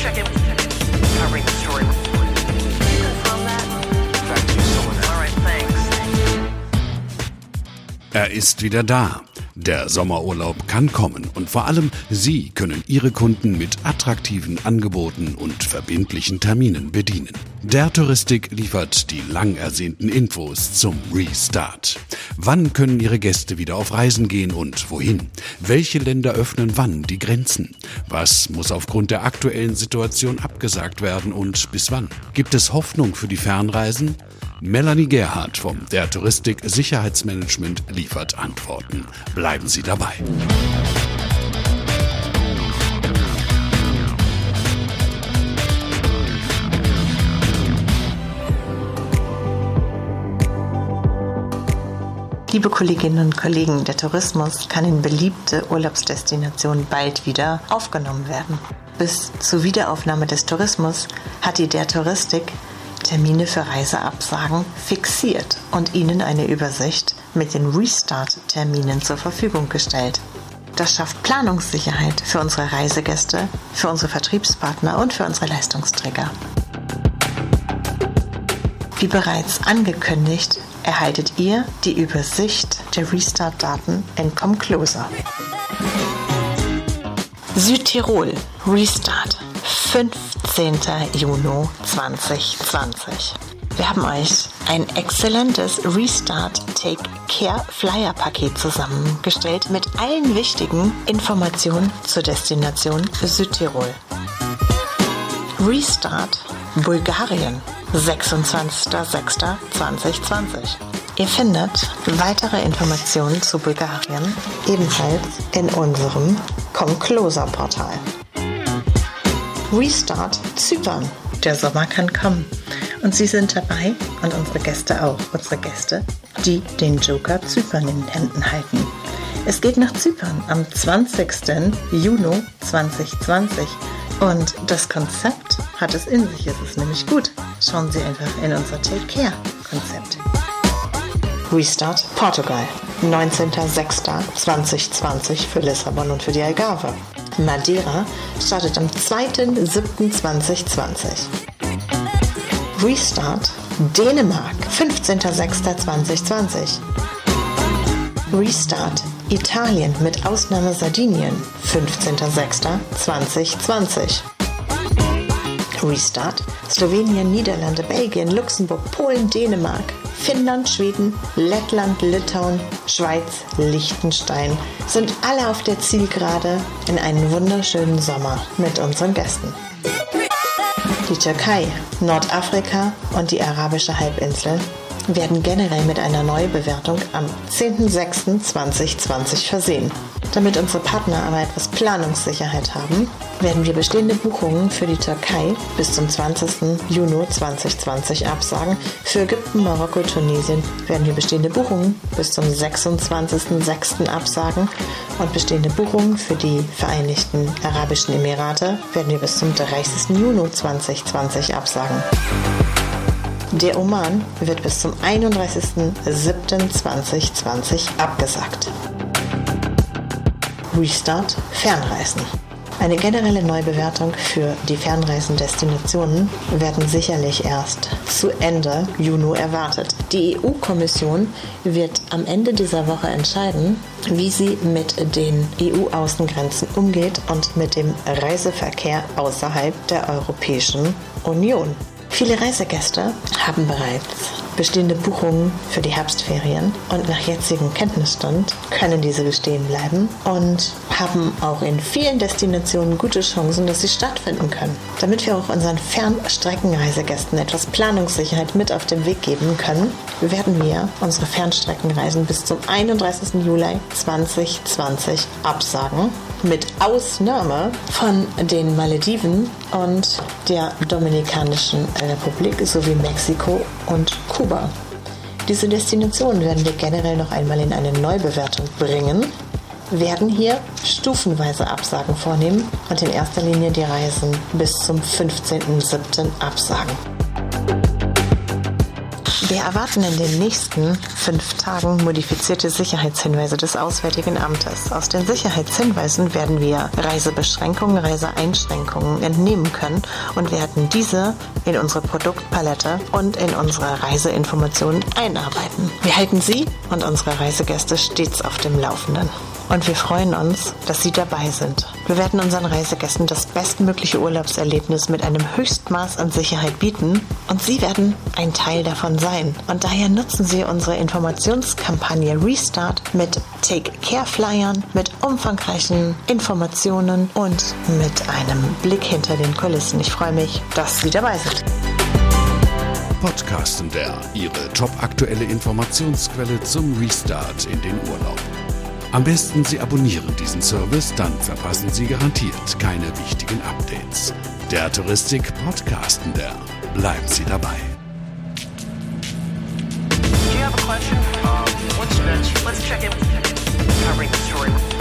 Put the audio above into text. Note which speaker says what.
Speaker 1: check in. Covering the story. Confirm that. Back to you, someone. All right, thanks.
Speaker 2: Er ist wieder da. Der Sommerurlaub kann kommen und vor allem Sie können Ihre Kunden mit attraktiven Angeboten und verbindlichen Terminen bedienen. Der Touristik liefert die lang ersehnten Infos zum Restart. Wann können Ihre Gäste wieder auf Reisen gehen und wohin? Welche Länder öffnen wann die Grenzen? Was muss aufgrund der aktuellen Situation abgesagt werden und bis wann? Gibt es Hoffnung für die Fernreisen? Melanie Gerhardt vom Der Touristik Sicherheitsmanagement liefert Antworten. Bleiben Sie dabei.
Speaker 3: Liebe Kolleginnen und Kollegen, der Tourismus kann in beliebte Urlaubsdestinationen bald wieder aufgenommen werden. Bis zur Wiederaufnahme des Tourismus hat die Der Touristik Termine für Reiseabsagen fixiert und Ihnen eine Übersicht mit den Restart-Terminen zur Verfügung gestellt. Das schafft Planungssicherheit für unsere Reisegäste, für unsere Vertriebspartner und für unsere Leistungsträger. Wie bereits angekündigt, erhaltet ihr die Übersicht der Restart-Daten in Comcloser. Südtirol Restart 15. Juni 2020. Wir haben euch ein exzellentes Restart Take Care Flyer Paket zusammengestellt mit allen wichtigen Informationen zur Destination Südtirol. Restart Bulgarien 26.06.2020. Ihr findet weitere Informationen zu Bulgarien ebenfalls in unserem Comcloser Portal. Restart Zypern. Der Sommer kann kommen. Und Sie sind dabei und unsere Gäste auch. Unsere Gäste, die den Joker Zypern in den Händen halten. Es geht nach Zypern am 20. Juni 2020. Und das Konzept hat es in sich. Es ist nämlich gut. Schauen Sie einfach in unser Take Care Konzept. Restart Portugal. 19.06.2020 für Lissabon und für die Algarve. Madeira startet am 2.07.2020. Restart Dänemark, 15.06.2020. Restart Italien mit Ausnahme Sardinien, 15.06.2020. Restart Slowenien, Niederlande, Belgien, Luxemburg, Polen, Dänemark, Finnland, Schweden, Lettland, Litauen, Schweiz, Liechtenstein sind alle auf der Zielgerade in einen wunderschönen Sommer mit unseren Gästen. Die Türkei, Nordafrika und die arabische Halbinsel werden generell mit einer Neubewertung am 10.06.2020 versehen. Damit unsere Partner aber etwas Planungssicherheit haben, werden wir bestehende Buchungen für die Türkei bis zum 20. Juni 2020 absagen. Für Ägypten, Marokko, Tunesien werden wir bestehende Buchungen bis zum 26.06. absagen und bestehende Buchungen für die Vereinigten Arabischen Emirate werden wir bis zum 30. Juni 2020 absagen. Der Oman wird bis zum 31.07.2020 abgesagt. Restart Fernreisen. Eine generelle Neubewertung für die Fernreisendestinationen werden sicherlich erst zu Ende Juni erwartet. Die EU-Kommission wird am Ende dieser Woche entscheiden, wie sie mit den EU-Außengrenzen umgeht und mit dem Reiseverkehr außerhalb der Europäischen Union. Viele Reisegäste haben bereits bestehende Buchungen für die Herbstferien und nach jetzigem Kenntnisstand können diese bestehen bleiben und haben auch in vielen Destinationen gute Chancen, dass sie stattfinden können. Damit wir auch unseren Fernstreckenreisegästen etwas Planungssicherheit mit auf den Weg geben können, werden wir unsere Fernstreckenreisen bis zum 31. Juli 2020 absagen. Mit Ausnahme von den Malediven und der Dominikanischen Republik sowie Mexiko und Kuba. Diese Destinationen werden wir generell noch einmal in eine Neubewertung bringen, werden hier stufenweise Absagen vornehmen und in erster Linie die Reisen bis zum 15.07. absagen. Wir erwarten in den nächsten 5 Tagen modifizierte Sicherheitshinweise des Auswärtigen Amtes. Aus den Sicherheitshinweisen werden wir Reisebeschränkungen, Reiseeinschränkungen entnehmen können und werden diese in unsere Produktpalette und in unsere Reiseinformationen einarbeiten. Wir halten Sie und unsere Reisegäste stets auf dem Laufenden. Und wir freuen uns, dass Sie dabei sind. Wir werden unseren Reisegästen das bestmögliche Urlaubserlebnis mit einem Höchstmaß an Sicherheit bieten und Sie werden ein Teil davon sein. Und daher nutzen Sie unsere Informationskampagne Restart mit Take-Care-Flyern, mit umfangreichen Informationen und mit einem Blick hinter den Kulissen. Ich freue mich, dass Sie dabei sind.
Speaker 2: Podcasten der, Ihre topaktuelle Informationsquelle zum Restart in den Urlaub. Am besten Sie abonnieren diesen Service, dann verpassen Sie garantiert keine wichtigen Updates. Der Touristik Podcasten der. Bleiben Sie dabei.
Speaker 1: Do you have a question? Let's check in. Covering the story.